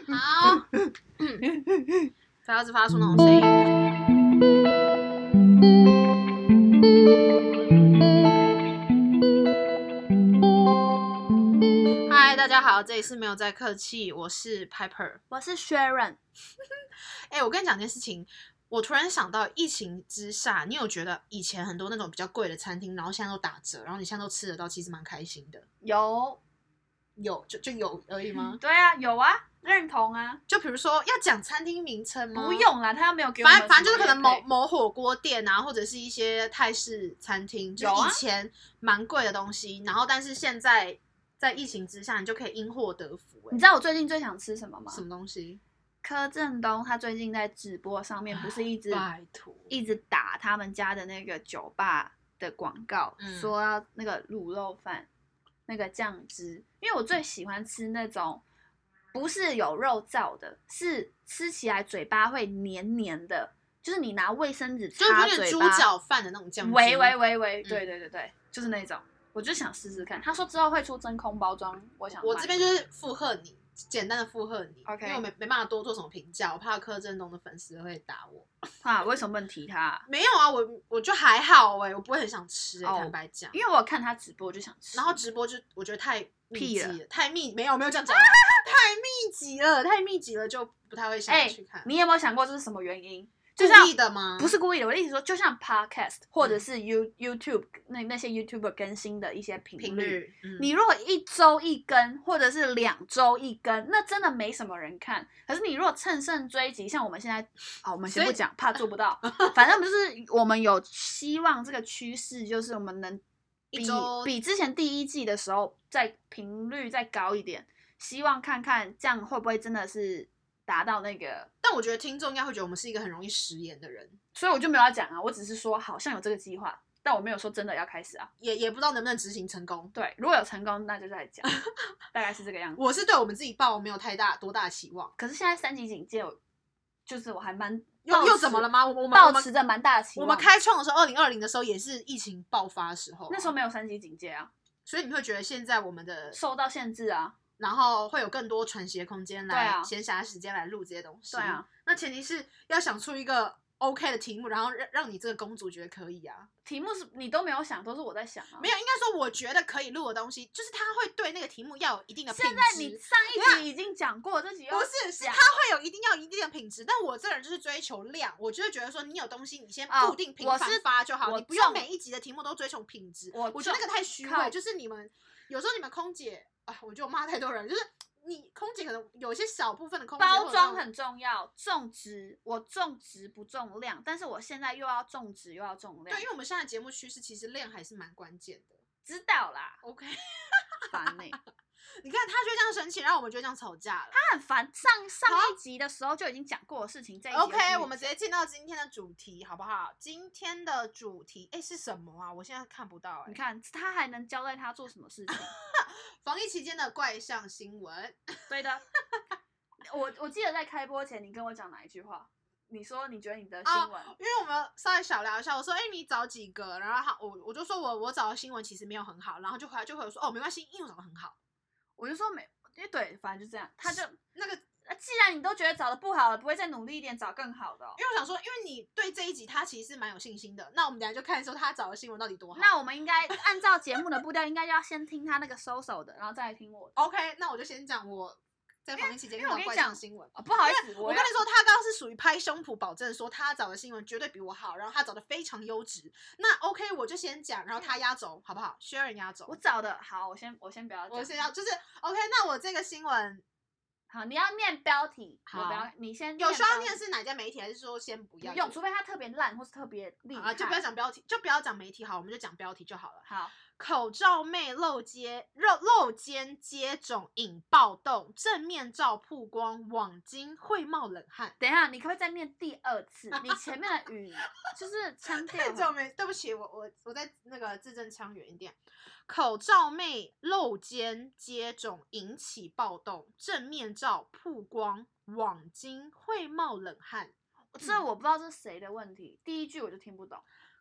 好，不要只发出那种声音。嗨，大家好，这里是没有在客气，我是 Piper， 我是 Sharon。 我跟你讲件事情，我突然想到，疫情之下，你有觉得以前很多那种比较贵的餐厅，然后现在都打折，然后你现在都吃得到，其实蛮开心的。 有， 就有而已吗？ 对啊，有啊，认同啊。 就比如说要讲餐厅名称吗？ 不用啦，他又没有给我们。 反正就是可能某火锅店啊，或者是一些泰式餐厅，就是以前蛮贵的东西，然后但是现在在疫情之下，你就可以因祸得福。 你知道我最近最想吃什么吗？ 什么东西？ 柯震东他最近在直播上面不是一直打他们家的那个酒吧的广告，说要那个卤肉饭那个酱汁，因为我最喜欢吃那种不是有肉燥的，是吃起来嘴巴会黏黏的，就是你拿卫生纸擦嘴巴， 就是猪脚饭的那种酱汁。 喂，对，就是那种，我就想试试看。他说之后会出真空包装，我这边就是附和你。简单的附和你 ，OK， 因为我没办法多做什么评价，我怕柯震东的粉丝会打我。 为什么不能提他？ 没有啊，我就还好我不会很想吃坦白讲， 因为我看他直播就想吃， 然后直播就我觉得太密集了，没有这样讲，太密集了就不太会想去看。 你有没有想过这是什么原因？ 故意的吗？ 不是故意的，我的意思说，就像 podcast 或者是 YouTube 那些 YouTuber 更新的一些频率，你如果1周1更，或者是2周1更，那真的没什么人看。可是你如果乘胜追击，像我们现在，我们先不讲，怕做不到，反正就是我们有希望这个趋势，就是我们能比之前第1季的时候，在频率再高一点，希望看看这样会不会真的是达到那个。 但我觉得听众应该会觉得我们是一个很容易食言的人， 所以我就没有要讲啊，我只是说好像有这个计划，但我没有说真的要开始啊， 也不知道能不能执行成功。 对，如果有成功，那就再讲，大概是这个样子。 我是对我们自己抱没有多大的期望， 可是现在3级警戒，就是我还蛮又怎么了吗？我们抱持着蛮大的期望。 我们开创的时候，2020的时候也是疫情爆发的时候， 那时候没有3级警戒啊， 所以你会觉得现在我们的受到限制啊。 然后会有更多喘息的空间来闲暇时间来录这些东西。 对啊， 那前提是要想出一个 OK 的题目，然后让你这个公主觉得可以啊。 题目是你都没有想，都是我在想啊。 没有，应该说我觉得可以录的东西，就是他会对那个题目要有一定的品质。 现在你上一集已经讲过，这集不是他会有一定的品质，但我这个人就是追求量，我就会觉得说你有东西你先固定频繁发就好，你不用每一集的题目都追求品质。我觉得那个太虚伪，就是有时候你们空姐我觉得我骂太多人，就是你空姐可能有些小部分的空姐包装很重要，重质我重质不重量，但是我现在又要重质又要重量。 对，因为我们现在节目趋势其实量还是蛮关键的。 知道啦 ，OK， 烦欸。 你看他就这样生气，然后我们就这样吵架了。 他很烦，上一集的时候就已经讲过的事情，这一集 OK， 我们直接进到今天的主题，好不好？今天的主题是什么啊？我现在看不到你看他还能交代他做什么事情？ 防疫期间的怪象新闻。 对的，我记得在开播前你跟我讲哪一句话？你说你觉得你的新闻， 因为我们稍微小聊一下，我说你找几个，然后我就说我找的新闻其实没有很好，然后就回来说没关系，因为我找的很好。 我就说因为对，反正就这样，他就那个， 既然你都觉得找的不好了，不会再努力一点找更好的因为我想说，因为你对这一集他其实是蛮有信心的，那我们等一下就看说他找的新闻到底多好。 那我们应该按照节目的步调，应该要先听他那个收手的，然后再来听我的。 OK， 那我就先讲我在防疫期间看到怪象新闻。 不好意思， 我跟你说，他刚刚是属于拍胸脯保证说他找的新闻绝对比我好，然后他找的非常优质。那 OK， 我就先讲，然后他压轴，好不好 ？Sharon 压轴。 我找的好，我先不要讲。 我先要就是 OK， 那我这个新闻。 好，你要念标题。 好， 我不要，你先有需要念是哪家媒体，还是说先不要？ 不用，除非它特别烂或是特别厉害就不要讲标题，就不要讲媒体，好，我们就讲标题就好了。 好， 口罩妹露肩接种引暴动，正面照曝光，网巾会冒冷汗。 等一下，你可不可以再念第2次？你前面的语就是腔调太久没，对不起，我在那个字正腔圆一点。口罩妹露肩接种引起暴动，正面照曝光，网巾会冒冷汗。 这我不知道这是谁的问题，第1句我就听不懂。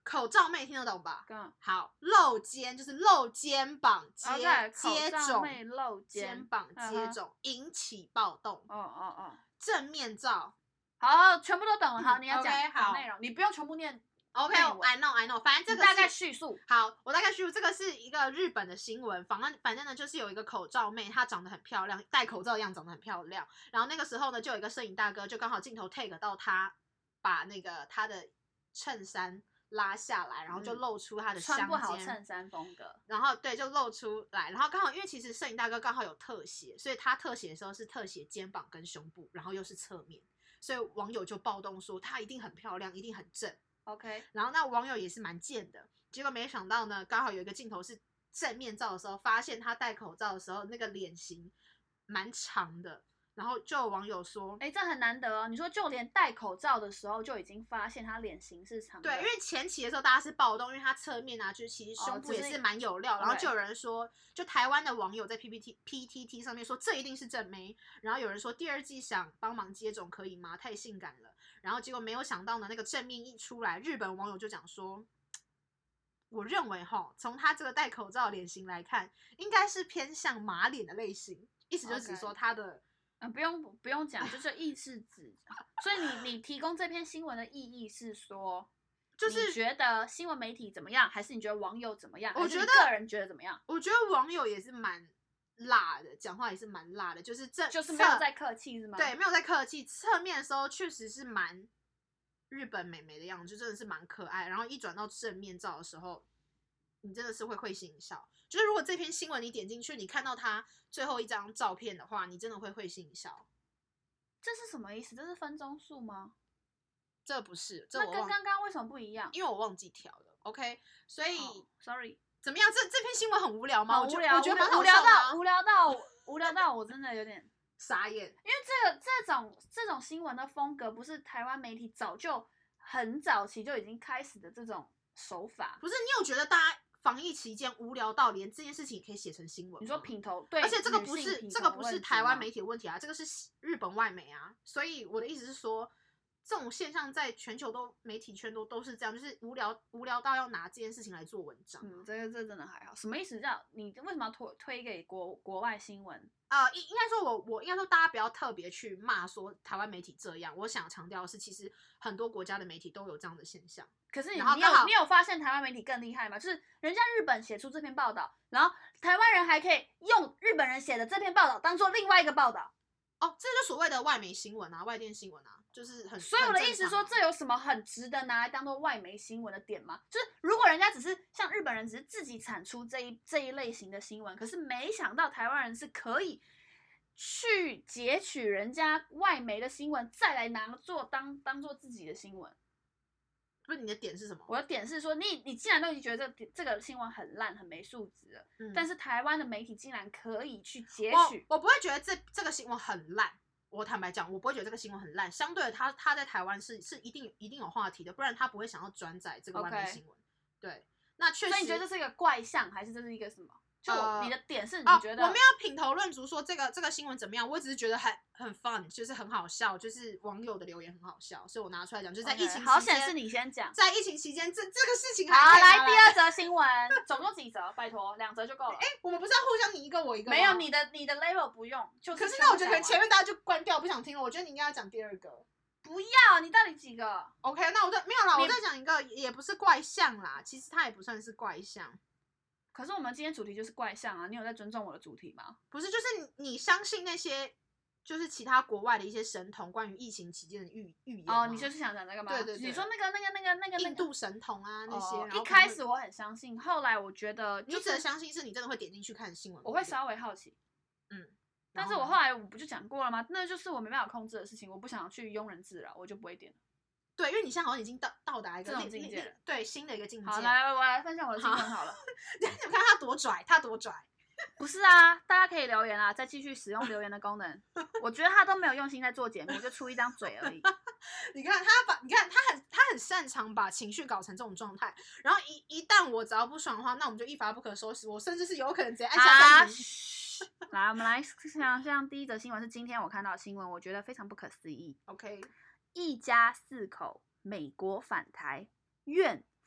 口罩妹听得懂吧？好，露肩就是露肩膀接踵， 露肩膀接踵引起暴动。正面照， 好，全部都懂了。好，你要讲内容，你不用全部念。 OK，I know，反正这个大概叙述。 好，我大概叙述，这个是一个日本的新闻，反正呢就是有一个口罩妹，她长得很漂亮，戴口罩一样长得很漂亮。然后那个时候呢，就有一个摄影大哥，就刚好镜头 take 到她把那个她的衬衫拉下来，然后就露出她的香肩， 穿不好衬衫风格。 然后对，就露出来，然后刚好因为其实摄影大哥刚好有特写，所以他特写的时候是特写肩膀跟胸部，然后又是侧面，所以网友就暴动说她一定很漂亮，一定很正。 OK， 然后那网友也是蛮贱的，结果没想到呢，刚好有一个镜头是正面照的时候，发现他戴口罩的时候那个脸型蛮长的，然后就有网友说， 这很难得哦。你说就连戴口罩的时候就已经发现他脸型是长的， 对，因为前期的时候大家是暴动，因为他侧面啊，就是其实胸部也是蛮有料，然后就有人说，就台湾的网友在 PTT 上面说这一定是正妹，然后有人说第二季想帮忙接种可以吗？太性感了。然后结果没有想到呢，那个正面一出来，日本网友就讲说，我认为从他这个戴口罩的脸型来看，应该是偏向马脸的类型，意思就只说他的。 不用讲，就是意是指，所以你提供这篇新闻的意义是说，就是你觉得新闻媒体怎么样，还是你觉得网友怎么样？我觉得个人觉得怎么样？ 我觉得网友也是蛮辣的，讲话也是蛮辣的，就是没有在客气是吗？ 对，没有在客气。侧面的时候确实是蛮日本美眉的样子，就真的是蛮可爱。然后一转到正面照的时候，你真的是会心一笑。就是如果这篇新闻你点进去，你看到他最后一张照片的话，你真的会心一笑。 这是什么意思？这是分钟数吗？ 这不是， 那跟刚刚为什么不一样？ 因为我忘记调了。OK， 所以、 sorry， 怎么样？这篇新闻很无聊吗？ 我觉得蛮好笑的。 无聊到我真的有点傻眼。 因为这种新闻的风格，不是台湾媒体很早期就已经开始的这种手法。 不是，你有觉得大家防疫期间无聊到连这件事情也可以写成新闻？ 你说品头，对， 而且这个不是台湾媒体的问题啊，这个是日本外媒啊。所以我的意思是说，这种现象在全球媒体圈都是这样，就是无聊到要拿这件事情来做文章。 这真的还好。什么意思？你为什么要推给国外新闻？ 应该说我应该说大家不要特别去骂说台湾媒体这样。我想强调的是，其实很多国家的媒体都有这样的现象。 可是你有发现台湾媒体更厉害吗？就是人家日本写出这篇报道，然后台湾人还可以用日本人写的这篇报道当做另外一个报道。 这就所谓的外媒新闻啊，外电新闻啊，就是很。 所以我的意思说，这有什么很值得拿来当做外媒新闻的点吗？就是如果人家只是像日本人只是自己产出这一类型的新闻，可是没想到台湾人是可以去截取人家外媒的新闻，再来当做自己的新闻。 不是，你的点是什么？ 我的点是说，你既然都已经觉得这个新闻很烂、很没素质了，但是台湾的媒体竟然可以去截取， 我不会觉得这个新闻很烂。我坦白讲，我不会觉得这个新闻很烂。相对的，他在台湾是一定有话题的，不然他不会想要转载这个外媒新闻。对，那确实。 所以你觉得这是一个怪象，还是这是一个什么？就你的点是你觉得我没有品头论足说这个新闻怎么样，我只是觉得很 fun， 就是很好笑，就是网友的留言很好笑，所以我拿出来讲，就是在疫情期间。 好险是你先讲， 在疫情期间这个事情好，来第二则新闻，总共几则？拜托，2则就够了。 我们不是要互相你一个我一个吗？ 没有，你的 level 不用。可是那我觉得前面大家就关掉，不想听了。我觉得你应该要讲第二个。 不要，你到底几个 ？OK， 那没有啦，我再讲一个，也不是怪象啦，其实它也不算是怪象。 可是我们今天主题就是怪象啊，你有在尊重我的主题吗？ 不是，就是你相信那些就是其他国外的一些神童关于疫情期间的预言吗？ 你就是想讲那个吗？ 对，你说那个印度神童啊那些。 一开始我很相信，后来我觉得你只能相信是你真的会点进去看新闻。 我会稍微好奇，但是我后来我不就讲过了吗？那就是我没办法控制的事情，我不想去庸人自扰，我就不会点了。 对，因为你现在好像已经到达一个这种境界了， 对，新的一个境界。 好，来，我来分享我的新闻好了。 你看他多拽，他多拽。 不是啊，大家可以留言啊，再继续使用留言的功能。我觉得他都没有用心在做节目，就出一张嘴而已。 你看他很擅长把情绪搞成这种状态，然后一旦我只要不爽的话，那我们就一发不可收拾，我甚至是有可能直接按下暂停。 来，我们来像第一则新闻是今天我看到的新闻，我觉得非常不可思议。 OK。 一家4口美国返台，愿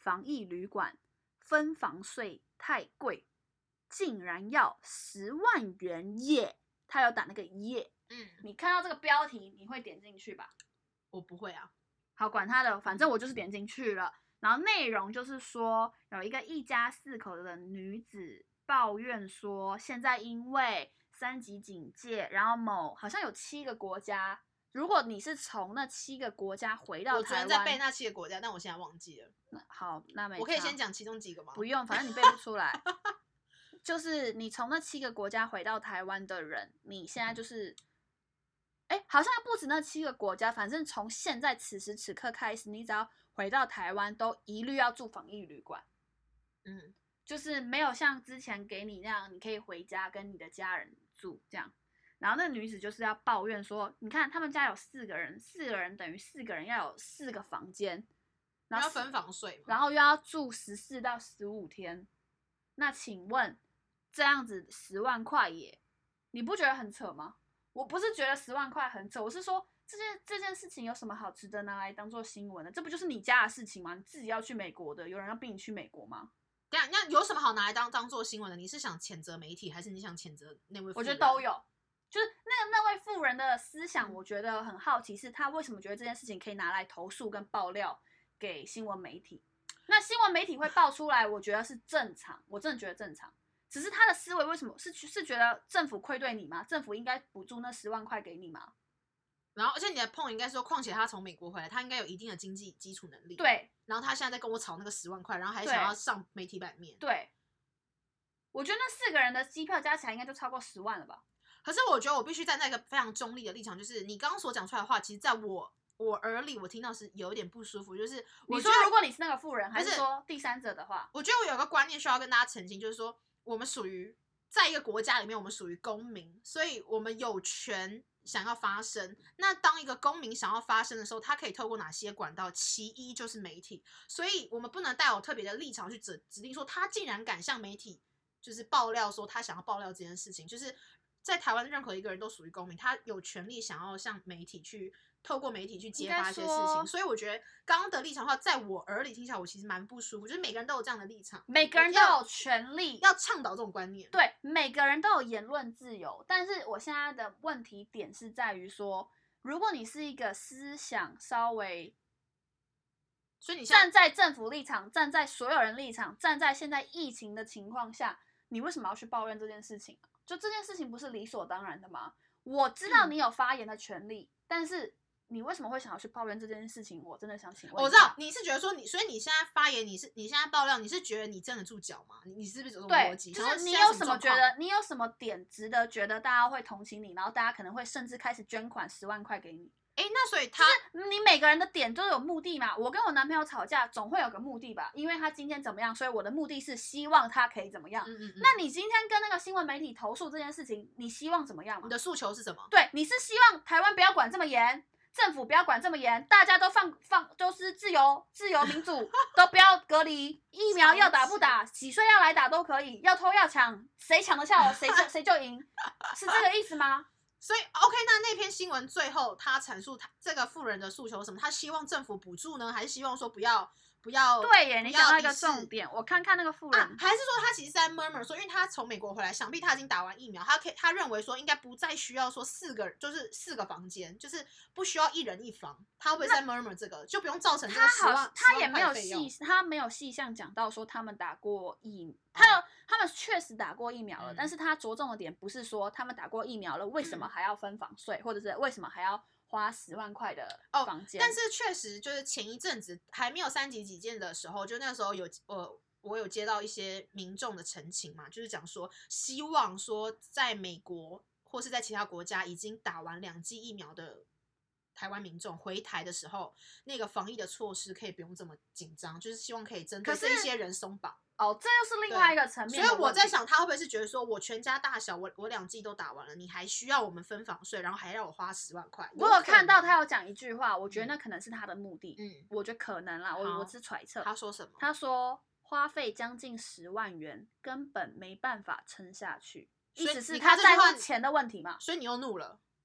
防疫旅馆分房税太贵，竟然要10万元耶！他有打那个耶。你看到这个标题，你会点进去吧？ 我不会啊。 好，管他的，反正我就是点进去了。然后内容就是说，有一个一家4口的女子抱怨说，现在因为3级警戒，然后好像有7个国家，如果你是从那7个国家回到台湾， 我昨天在背那7个国家，但我现在忘记了。 好，那没差。 我可以先讲其中几个吗？ 不用，反正你背不出来。就是你从那7个国家回到台湾的人，你现在就是，好像不止那7个国家，反正从现在此时此刻开始，你只要回到台湾，都一律要住防疫旅馆。就是没有像之前给你那样，你可以回家跟你的家人住这样。然后那个女子就是要抱怨说，你看他们家有4个人，4个人等于4个人要有4个房间，然后要分房税嘛， 然后又要住14到15天。那请问这样子10万块耶，你不觉得很扯吗？我不是觉得10万块很扯，我是说这件事情有什么好值得拿来当做新闻的？这不就是你家的事情吗？你自己要去美国的，有人要逼你去美国吗？ 那有什么好拿来当做新闻的？你是想谴责媒体，还是你想谴责那位妇人？ 我觉得都有，就是那位妇人的思想，我觉得很好奇，是他为什么觉得这件事情可以拿来投诉跟爆料给新闻媒体？那新闻媒体会爆出来，我觉得是正常，我真的觉得正常。只是他的思维为什么是觉得政府愧对你吗？政府应该补助那10万块给你吗？ 然后，而且你的point应该说，况且他从美国回来，他应该有一定的经济基础能力。 对。 然后他现在在跟我吵那个10万块，然后还想要上媒体版面。 对。我觉得那4个人的机票加起来应该就超过10万了吧？ 可是我觉得我必须站在一个非常中立的立场，就是你刚刚所讲出来的话，其实在我耳里，我听到是有一点不舒服。就是你说，如果你是那个妇人，还是说第三者的话， 我觉得我有个观念需要跟大家澄清，就是说我们属于在一个国家里面，我们属于公民，所以我们有权想要发声。那当一个公民想要发声的时候，他可以透过哪些管道？其一就是媒体，所以我们不能带有特别的立场去指定说他竟然敢向媒体就是爆料说他想要爆料这件事情。就是在台湾任何一个人都属于公民，他有权利想要向媒体去透过媒体去揭发一些事情。所以我觉得刚刚的立场的话，在我耳里听起来我其实蛮不舒服，就是每个人都有这样的立场， 每个人都有权利要倡导这种观念。 对，每个人都有言论自由，但是我现在的问题点是在于说，如果你是一个思想稍微， 所以你站在政府立场，站在所有人立场，站在现在疫情的情况下，你为什么要去抱怨这件事情？就这件事情不是理所当然的吗？我知道你有发言的权利，但是你为什么会想要去抱怨这件事情？我真的想请问。 我知道你是觉得说所以你现在发言，你现在爆料，你是觉得你站得住脚吗？你是不是有这种逻辑？ 就是你有什么觉得，你有什么点值得觉得大家会同情你，然后大家可能会甚至开始捐款10万块给你？ 那所以就是你每个人的点都有目的嘛。我跟我男朋友吵架，总会有个目的吧？因为他今天怎么样，所以我的目的是希望他可以怎么样。那你今天跟那个新闻媒体投诉这件事情，你希望怎么样嘛？ 你的诉求是什么？ 对，你是希望台湾不要管这么严，政府不要管这么严，大家都都是自由民主，都不要隔离，疫苗要打不打，几岁要来打都可以，要偷要抢，谁抢得下我谁就赢，是这个意思吗？ 所以 OK， 那篇新闻最后他阐述他这个妇人的诉求什么？他希望政府补助呢，还是希望说不要？ 对耶，你讲到一个重点，我看那个妇人， 还是说他其实在 murmur 说，因为他从美国回来，想必他已经打完疫苗，他认为说应该不再需要说4个房间，就是不需要1人1房，他会不会在 murmur 这个，就不用造成这个10万他也没有他没有细项讲到说他们打过他们确实打过疫苗了，但是他着重的点不是说他们打过疫苗了，为什么还要分房税，或者是为什么还要花10万块的房间。 但是确实就是前一阵子还没有3级警戒的时候，就那时候我有接到一些民众的陈情嘛，就是讲说希望说在美国或是在其他国家已经打完2剂疫苗的台湾民众回台的时候，那个防疫的措施可以不用这么紧张，就是希望可以针对这一些人松绑。 这又是另外一个层面。 所以我在想，他会不会是觉得说，我全家大小，我2剂都打完了，你还需要我们分房税，然后还让我花10万块？ 我有看到他有讲一句话，我觉得那可能是他的目的。我觉得可能啦，我是揣测。 他说什么？ 他说花费将近10万元，根本没办法撑下去。意思是他在乎钱的问题嘛？ 所以你又怒了。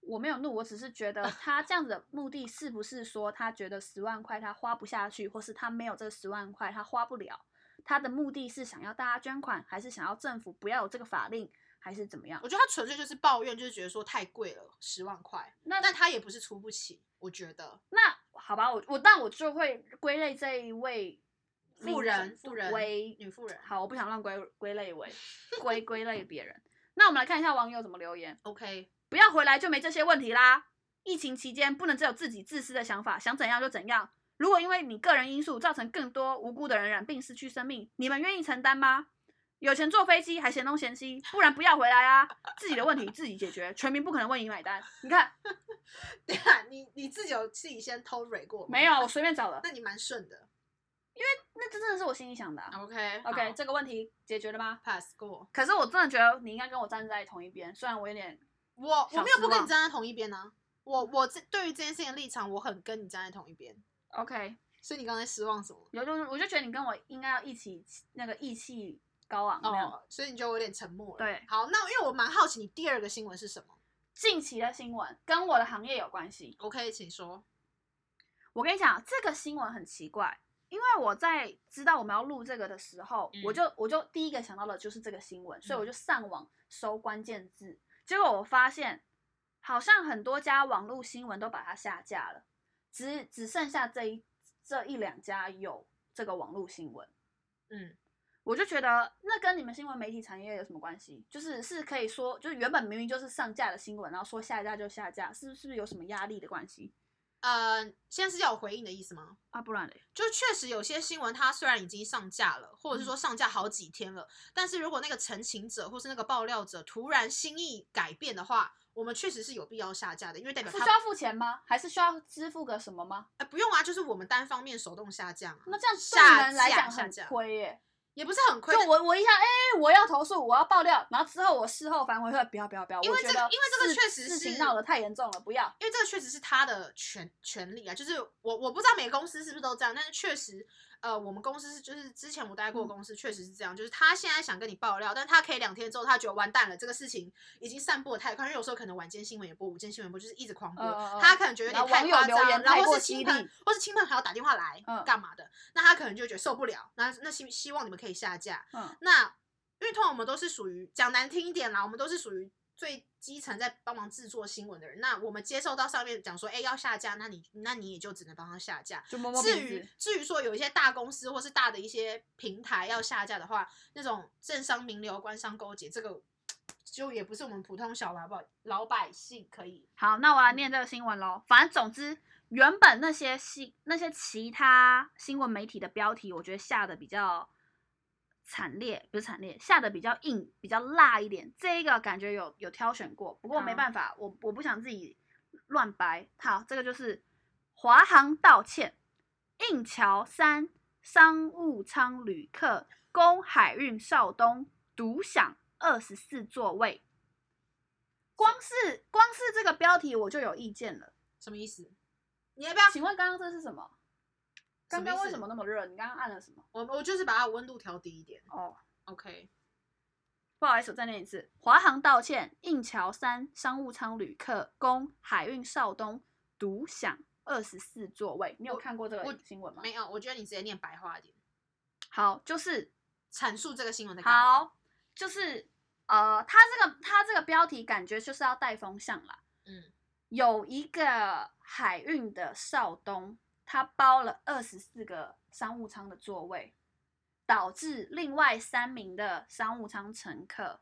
我没有怒，我只是觉得他这样子的目的是不是说他觉得10万块他花不下去，或是他没有这10万块他花不了？他的目的是想要大家捐款，还是想要政府不要有这个法令，还是怎么样？ 我觉得他纯粹就是抱怨，就是觉得说太贵了，10万块。但他也不是出不起，我觉得。 那好吧，但我就会归类这一位富人为女富人。 好，我不想乱归类为归类别人。那我们来看一下网友怎么留言。 OK， 不要回来就没这些问题啦。疫情期间不能只有自己自私的想法，想怎样就怎样。如果因为你个人因素造成更多无辜的人染病失去生命，你们愿意承担吗？有钱坐飞机还嫌东嫌西，不然不要回来啊！自己的问题自己解决，全民不可能为你买单。你看， 等一下你自己有自己先偷蕊过吗？ 没有，我随便找的。 那你蛮顺的， 因为那真的是我心里想的、啊。 OK， 这个问题解决了吗 ？Pass 过。 可是我真的觉得你应该跟我站在同一边，虽然我有点我没有不跟你站在同一边啊。我对于这件事情的立场，我很跟你站在同一边。 OK， 所以你刚才失望什么？ 我就觉得你跟我应该要一起那个义气高昂所以你就有点沉默了。 对， 好，那因为我蛮好奇你第二个新闻是什么？ 近期的新闻跟我的行业有关系。 OK， 请说。 我跟你讲，这个新闻很奇怪，因为我在知道我们要录这个的时候，我就第一个想到的就是这个新闻，所以我就上网搜关键字，结果我发现好像很多家网络新闻都把它下架了，只剩下这一两家有这个网络新闻。我就觉得那跟你们新闻媒体产业有什么关系？是可以说，就是原本明明就是上架的新闻，然后说下架就下架，是不是有什么压力的关系？ 现在是要有回应的意思吗？ 啊，不然嘞， 就确实有些新闻它虽然已经上架了，或者是说上架好几天了，但是如果那个澄清者或是那个爆料者突然心意改变的话，我们确实是有必要下架的，因为代表他是需要付钱吗？还是需要支付个什么吗？ 不用啊，就是我们单方面手动下架啊。 那这样对人来讲很亏耶。 也不是很亏， 就我一下，我要投诉，我要爆料，然后之后我事后反悔说不要， 因为这个确实是事情闹得太严重了，不要。 因为这个确实是他的权利啊，就是我不知道每个公司是不是都这样，但是确实，我们公司是就是之前我待过的公司确实是这样，就是他现在想跟你爆料，但他可以2天之后他觉得完蛋了，这个事情已经散播得太快，因为有时候可能晚间新闻也播，午间新闻播，就是一直狂播，他可能觉得有点太夸张，然后或是亲朋还要打电话来干嘛的，那他可能就觉得受不了，那希望你们可以下架。那因为通常我们都是属于讲难听一点啦，我们都是属于最基层在帮忙制作新闻的人，那我们接受到上面讲说要下架，那你也就只能帮他下架。 就摸摸鼻子。 至于说有一些大公司或是大的一些平台要下架的话，那种政商名流官商勾结，这个就也不是我们普通小老百姓可以。 好，那我来念这个新闻咯。反正总之，原本那些其他新闻媒体的标题，我觉得下的比较惨烈，不是惨烈，下的比较硬，比较辣一点。这一个感觉有挑选过，不过没办法，我不想自己乱掰。好，这个就是华航道歉，印桥3商务舱旅客供海运少东独享24座位。光是这个标题我就有意见了。 什么意思？你要不要？ 请问刚刚这是什么？刚刚为什么那么热？你刚刚按了什么？ 我就是把它温度调低一点。OK， 不好意思，我再念一次。华航道歉，印桥3商务舱旅客供海运少东独享24座位。你有看过这个新闻吗？ 没有，我觉得你直接念白话一点。 好，就是阐述这个新闻的感觉。 好，就是他这个标题感觉就是要带风向啦。有一个海运的少东。他包了24个商务舱的座位，导致另外3名的商务舱乘客，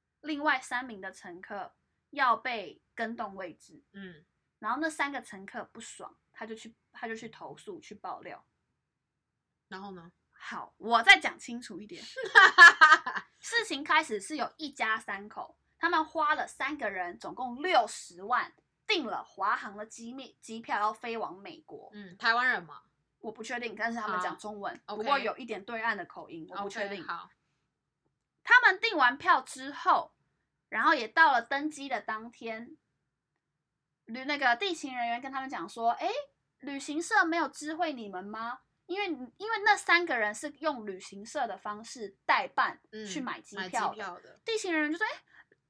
要被更动位置。然后那3个乘客不爽，他就去投诉，去爆料。 然后呢？ 好，我再讲清楚一点。事情开始是有一家3口，他们花了3个人，总共60万。订了华航的机票要飞往美国。 台湾人吗？ 我不确定，但是他们讲中文，不过有一点对岸的口音，我不确定。 好， 他们订完票之后，然后也到了登机的当天，那个地勤人员跟他们讲说：“旅行社没有知会你们吗？因为那3个人是用旅行社的方式代办去买机票的。地勤人员就说：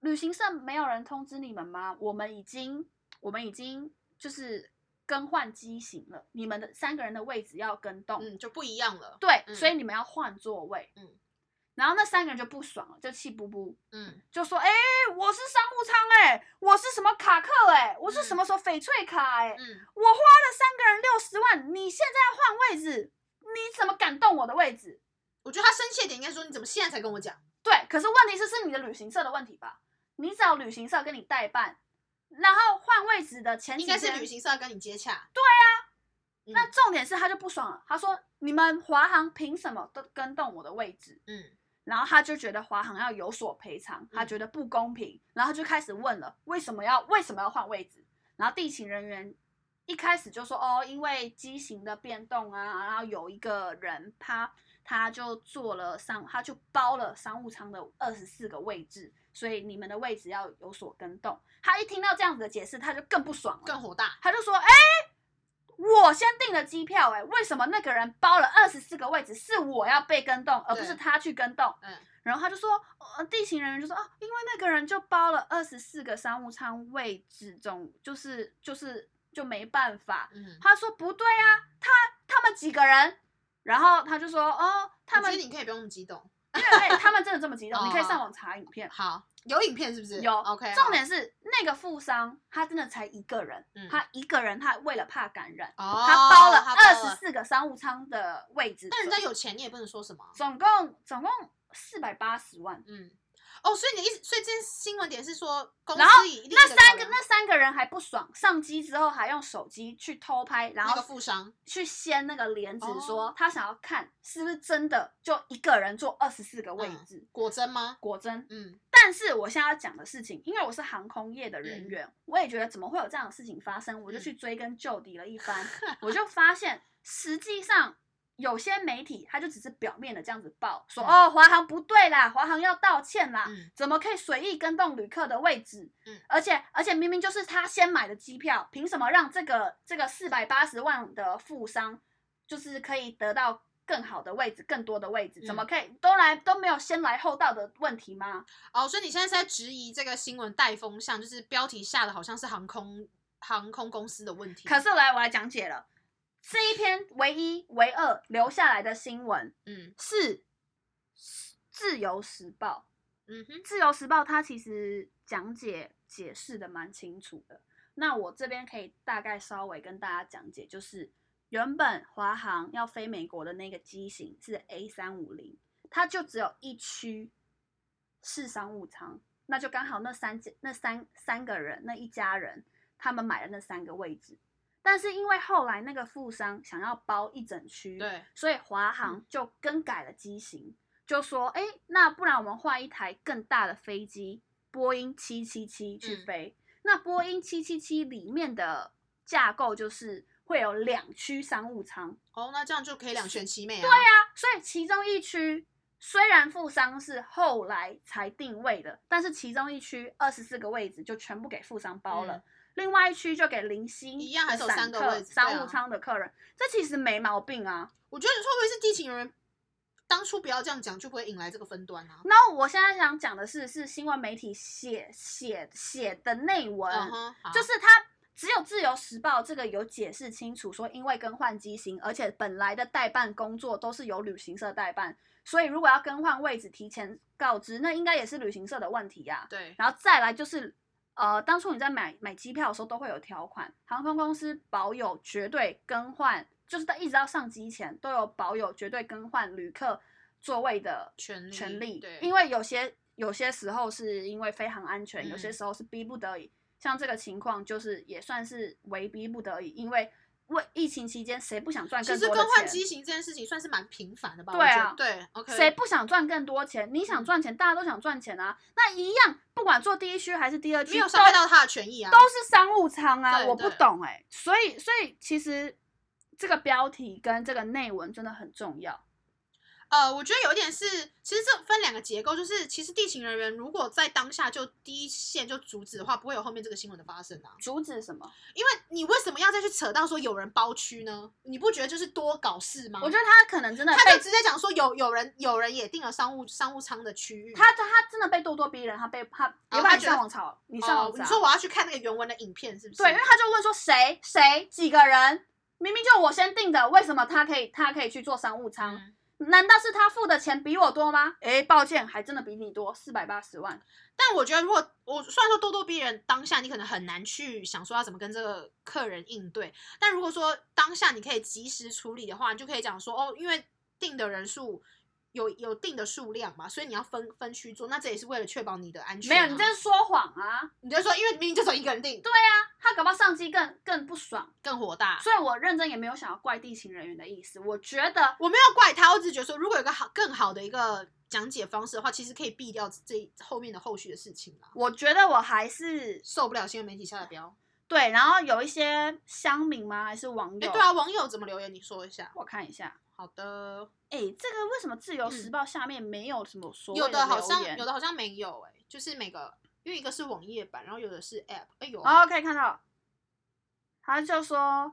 旅行社没有人通知你们吗？我们已经就是更换机型了，你们的3个人的位置要跟动， 就不一样了。 对，所以你们要换座位。然后那3个人就不爽了，就气不不，就说我是商务舱我是什么卡克我是什么翡翠卡我花了3个人60万，你现在要换位置，你怎么敢动我的位置？ 我觉得他生气的点应该说你怎么现在才跟我讲？ 对，可是问题是你的旅行社的问题吧？你找旅行社跟你代办，然后换位置的前几天应该是旅行社跟你接洽。 对啊，那重点是他就不爽了，他说你们华航凭什么都跟动我的位置？然后他就觉得华航要有所赔偿，他觉得不公平，然后就开始问了为什么要换位置？然后地勤人员一开始就说因为机型的变动啊，然后有一个人他就他就包了商务舱的24个位置，所以你们的位置要有所跟动。他一听到这样子的解释，他就更不爽了， 更火大， 他就说我先订了机票为什么那个人包了24个位置是我要被跟动，而不是他去跟动？然后他就说地勤人员就说因为那个人就包了24个商务舱位置，就没办法。他说不对啊，他们几个人？然后他就说他们， 我觉得你可以不用那么激动， 因为他们真的这么激动，你可以上网查影片。 好，有影片是不是？ 有。 OK。 重点是那个富商他真的才一个人，他一个人他为了怕感染，他包了24个商务舱的位置。 但人家有钱，你也不能说什么。 总共480万。 所以你的意思，所以这件新闻点是说，公司那三个人还不爽，上机之后还用手机去偷拍，然后那个富商去掀那个帘子，说他想要看是不是真的就一个人坐24个位置。 果真吗？ 果真。但是我现在要讲的事情，因为我是航空业的人员，我也觉得怎么会有这样的事情发生，我就去追根究底了一番，我就发现实际上。有些媒体他就只是表面的这样子报说华航不对啦，华航要道歉啦，怎么可以随意跟动旅客的位置？而且明明就是他先买的机票，凭什么让这个480万的富商就是可以得到更好的位置、更多的位置？怎么可以都没有先来后到的问题吗？ 所以你现在是在质疑这个新闻带风向，就是标题下的好像是航空公司的问题。 可是我来讲解了。这一篇唯一唯二留下来的新闻，是自由时报。自由时报它其实解释的蛮清楚的。那我这边可以大概稍微跟大家讲解，就是原本华航要飞美国的那个机型是 A350，它就只有一区是商务舱，那就刚好那三个人那一家人他们买了那3个位置。但是因为后来那个富商想要包一整区， 对， 所以华航就更改了机型，就说那不然我们换一台更大的飞机，波音777去飞。那波音777里面的架构就是会有2区商务舱。 那这样就可以2全其美啊。 对啊，所以其中一区虽然富商是后来才定位的，但是其中一区24个位置就全部给富商包了。另外一区就给零星一样，还是有3个位置商务舱的客人，这其实没毛病啊。 我觉得会不会是地勤人员当初不要这样讲，就不会引来这个分端啊？ 那我现在想讲的是新闻媒体写的内文，就是他只有自由时报这个有解释清楚，说因为更换机型，而且本来的代办工作都是由旅行社代办，所以如果要更换位置提前告知，那应该也是旅行社的问题啊。 对， 然后再来就是。当初你在买机票的时候都会有条款，航空公司保有绝对更换，就是一直到上机前都有保有绝对更换旅客座位的权利。 对， 因为有些时候是因为飞航安全，有些时候是逼不得已。像这个情况就是也算是为逼不得已，因为疫情期间谁不想赚更多的钱？ 其实更换机型这件事情算是蛮频繁的吧？ 对啊， 对 ，OK。 谁不想赚更多钱？你想赚钱，大家都想赚钱啊。那一样，不管做第一区还是第2区， 没有伤害到他的权益啊， 都是商务舱啊。我不懂所以其实这个标题跟这个内文真的很重要。 我觉得有一点是，其实这分两个结构，就是其实地勤人员如果在当下就第一线就阻止的话，不会有后面这个新闻的发生啊。 阻止什么？ 因为你为什么要再去扯到说有人包区呢？你不觉得就是多搞事吗？ 我觉得他可能真的， 他就直接讲说有人也订了商务舱的区域， 他真的被咄咄逼人，他别把你上网查，你上网查， 你说我要去看那个原文的影片是不是？ 对，因为他就问说谁几个人，明明就我先订的，为什么他可以去做商务舱？难道是他付的钱比我多吗？抱歉，还真的比你多480万。 但我觉得，如果我虽然说咄咄逼人，当下你可能很难去想说要怎么跟这个客人应对，但如果说当下你可以及时处理的话，你就可以讲说因为订的人数有定的数量嘛，所以你要分区做，那这也是为了确保你的安全。 没有，你这是说谎啊！ 你就说，因为明明就只有一个人订。 对啊，他搞不好上机更不爽， 更火大。 所以我认真也没有想要怪地勤人员的意思，我觉得我没有怪他，我只是觉得说，如果有个更好的一个讲解方式的话，其实可以避掉这后面的后续的事情啦。 我觉得我还是受不了新闻媒体下的标。 对，然后有一些乡民吗？还是网友？ 对啊，网友怎么留言？你说一下， 我看一下。 好的。 这个为什么自由时报下面没有什么所谓有的好像没有就是每个，因为一个是网页版，然后有的是 app。有可以看到，他就说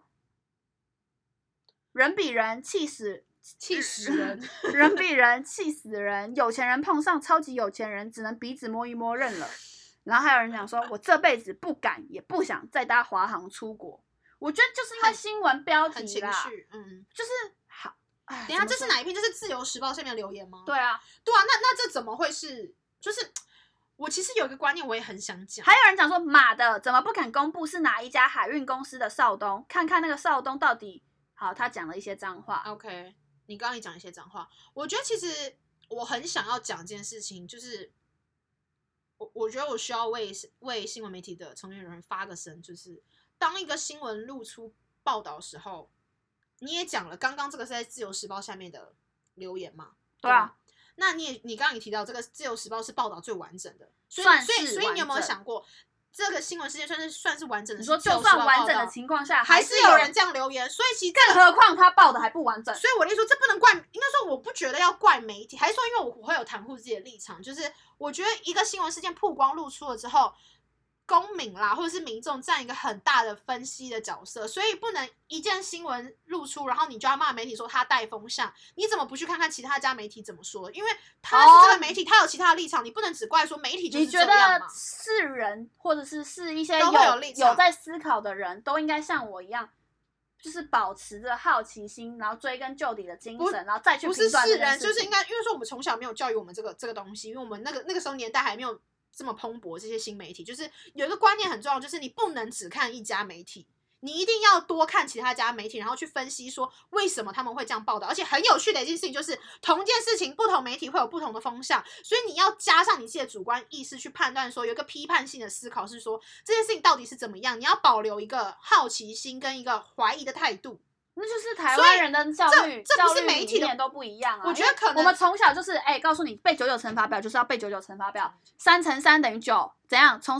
人比人气死人，人比人气死人，有钱人碰上超级有钱人，只能鼻子摸一摸认了。然后还有人讲说，我这辈子不敢也不想再搭华航出国。我觉得就是因为新闻标题啦， 很情绪， 就是好。 等一下，这是哪一篇？这是自由时报下面留言吗？ 对啊， 那这怎么会是？就是我其实有一个观念，我也很想讲。 还有人讲说，妈的，怎么不肯公布是哪一家海运公司的少东？看看那个少东到底好，他讲了一些脏话。 OK， 你刚刚也讲一些脏话，我觉得其实我很想要讲一件事情，就是我觉得我需要为新闻媒体的从业人员发个声，就是当一个新闻露出报道的时候。你也讲了，刚刚这个是在自由时报下面的留言嘛？ 对啊。 那你刚刚也提到，这个自由时报是报道最完整的，所以你有没有想过，这个新闻事件算是完整的？ 你说就算完整的情况下， 还是有人这样留言，所以其实更何况他报的还不完整。 所以我就说，这不能怪，应该说我不觉得要怪媒体，还是说因为我会有袒护自己的立场，就是我觉得一个新闻事件曝光露出了之后。公民啦，或者是民众占一个很大的分析的角色，所以不能一件新闻露出，然后你就要骂媒体说他带风向，你怎么不去看看其他家媒体怎么说？因为他是这个媒体，他有其他的立场，你不能只怪说媒体就是这样嘛。 你觉得是人，或者是一些有在思考的人，都应该像我一样，就是保持着好奇心，然后追根究底的精神，然后再去评断这件事情。 不是人，就是应该，因为说我们从小没有教育我们这个东西，因为我们那个时候年代还没有。这么蓬勃这些新媒体，就是有一个观念很重要，就是你不能只看一家媒体，你一定要多看其他家媒体，然后去分析说为什么他们会这样报道。而且很有趣的一件事情就是，同一件事情不同媒体会有不同的风向，所以你要加上你自己的主观意识去判断，说有一个批判性的思考，是说这件事情到底是怎么样，你要保留一个好奇心跟一个怀疑的态度。 那就是台湾人的教育， 这不是媒体的都不一样啊。 我觉得可能我们从小就是告诉你背99乘法表就是要背99乘法表，3乘3等于9，怎样？从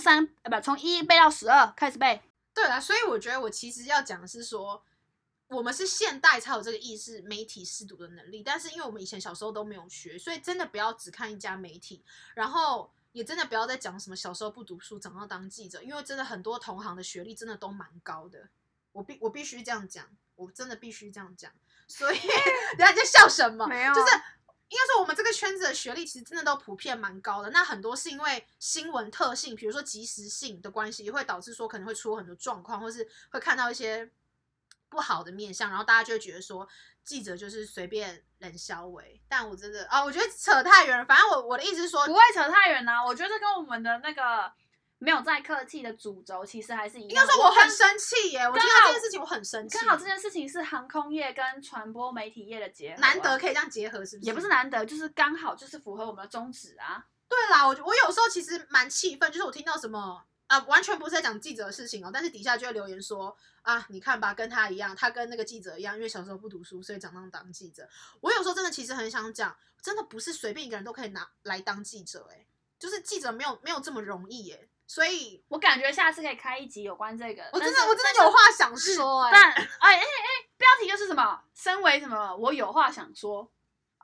1背到12开始背。 对啦，所以我觉得我其实要讲的是说，我们是现代才有这个意识，媒体识读的能力，但是因为我们以前小时候都没有学，所以真的不要只看一家媒体，然后也真的不要再讲什么小时候不读书，长大当记者，因为真的很多同行的学历真的都蛮高的，我必须这样讲。我真的必须这样讲，所以等下你在笑什么？ 没有， 就是应该说我们这个圈子的学历其实真的都普遍蛮高的。那很多是因为新闻特性，比如说即时性的关系，会导致说可能会出很多状况，或是会看到一些不好的面向，然后大家就会觉得说记者就是随便冷消为。但我真的我觉得扯太远了。反正我的意思是说， 不会扯太远啊。我觉得跟我们的那个。没有再客气的主轴，其实还是一样。 应该说我很生气耶！我听到这件事情我很生气。 刚好这件事情是航空业跟传播媒体业的结合， 难得可以这样结合，是不是？ 也不是难得，就是刚好就是符合我们的宗旨啊。 对啦，我有时候其实蛮气愤，就是我听到什么完全不是在讲记者的事情但是底下就会留言说你看吧，跟他一样，他跟那个记者一样，因为小时候不读书，所以长大当记者。我有时候真的其实很想讲，真的不是随便一个人都可以拿来当记者就是记者没有这么容易所以我感觉下次可以开一集有关这个。 我真的有话想说但标题就是什么？身为什么？我有话想说。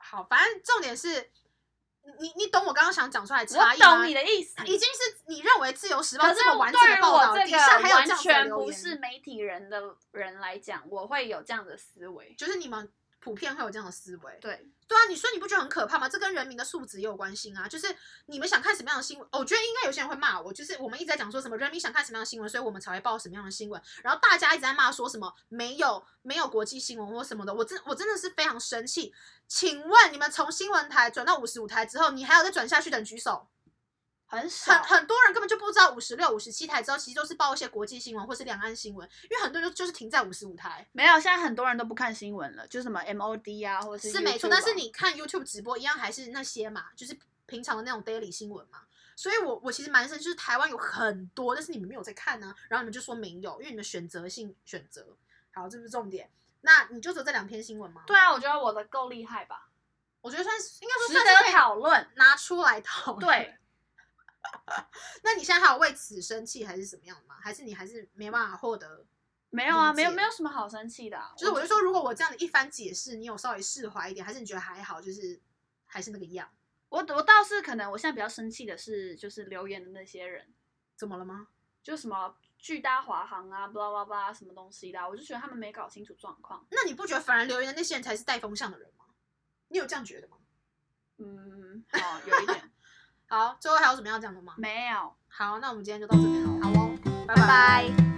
好，反正重点是。你懂我刚刚想讲出来的差异吗？我懂你的意思， 已经是你认为《自由时报》这么完整的报道，底下还有这样的留言。完全不是媒体人的人来讲，我会有这样的思维， 就是你们普遍会有这样的思维。 对啊，所以你不觉得很可怕吗？这跟人民的素质也有关系啊。就是你们想看什么样的新闻，我觉得应该有些人会骂我，就是我们一直在讲说什么人民想看什么样的新闻，所以我们才会报什么样的新闻。然后大家一直在骂说什么没有国际新闻或什么的，我真的是非常生气。请问你们从新闻台转到55台之后，你还有再转下去的人举手？ 很少， 很多人根本就不知道56、57台之后其实都是报一些国际新闻或是两岸新闻，因为很多人就是停在55台。 没有，现在很多人都不看新闻了，就是什么 MOD 啊，或者是 YouTube 没错，但是你看 YouTube 直播一样还是那些嘛，就是平常的那种 daily 新闻嘛。所以我其实蛮生气，就是台湾有很多，但是你们没有在看呢，然后你们就说没有，因为你们选择性选择。好，这不是重点。那你就只有这2篇新闻吗？ 对啊，我觉得我的够厉害吧。 我觉得应该说值得讨论， 拿出来讨论。 对。 那你现在还有为此生气还是什么样的吗？还是你还是没办法获得？ 没有啊，没有什么好生气的就是我就说，如果我这样的一番解释，你有稍微释怀一点，还是你觉得还好，就是还是那个样？ 我倒是可能我现在比较生气的是，就是留言的那些人。 怎么了吗？ 就什么巨大华航啊，blah blah blah 什么东西的，我就觉得他们没搞清楚状况。 那你不觉得反而留言的那些人才是带风向的人吗？你有这样觉得吗？ 好，有一点。 好，最后还有什么要讲的吗？ 没有。 好，那我们今天就到这边了。好哦，拜拜。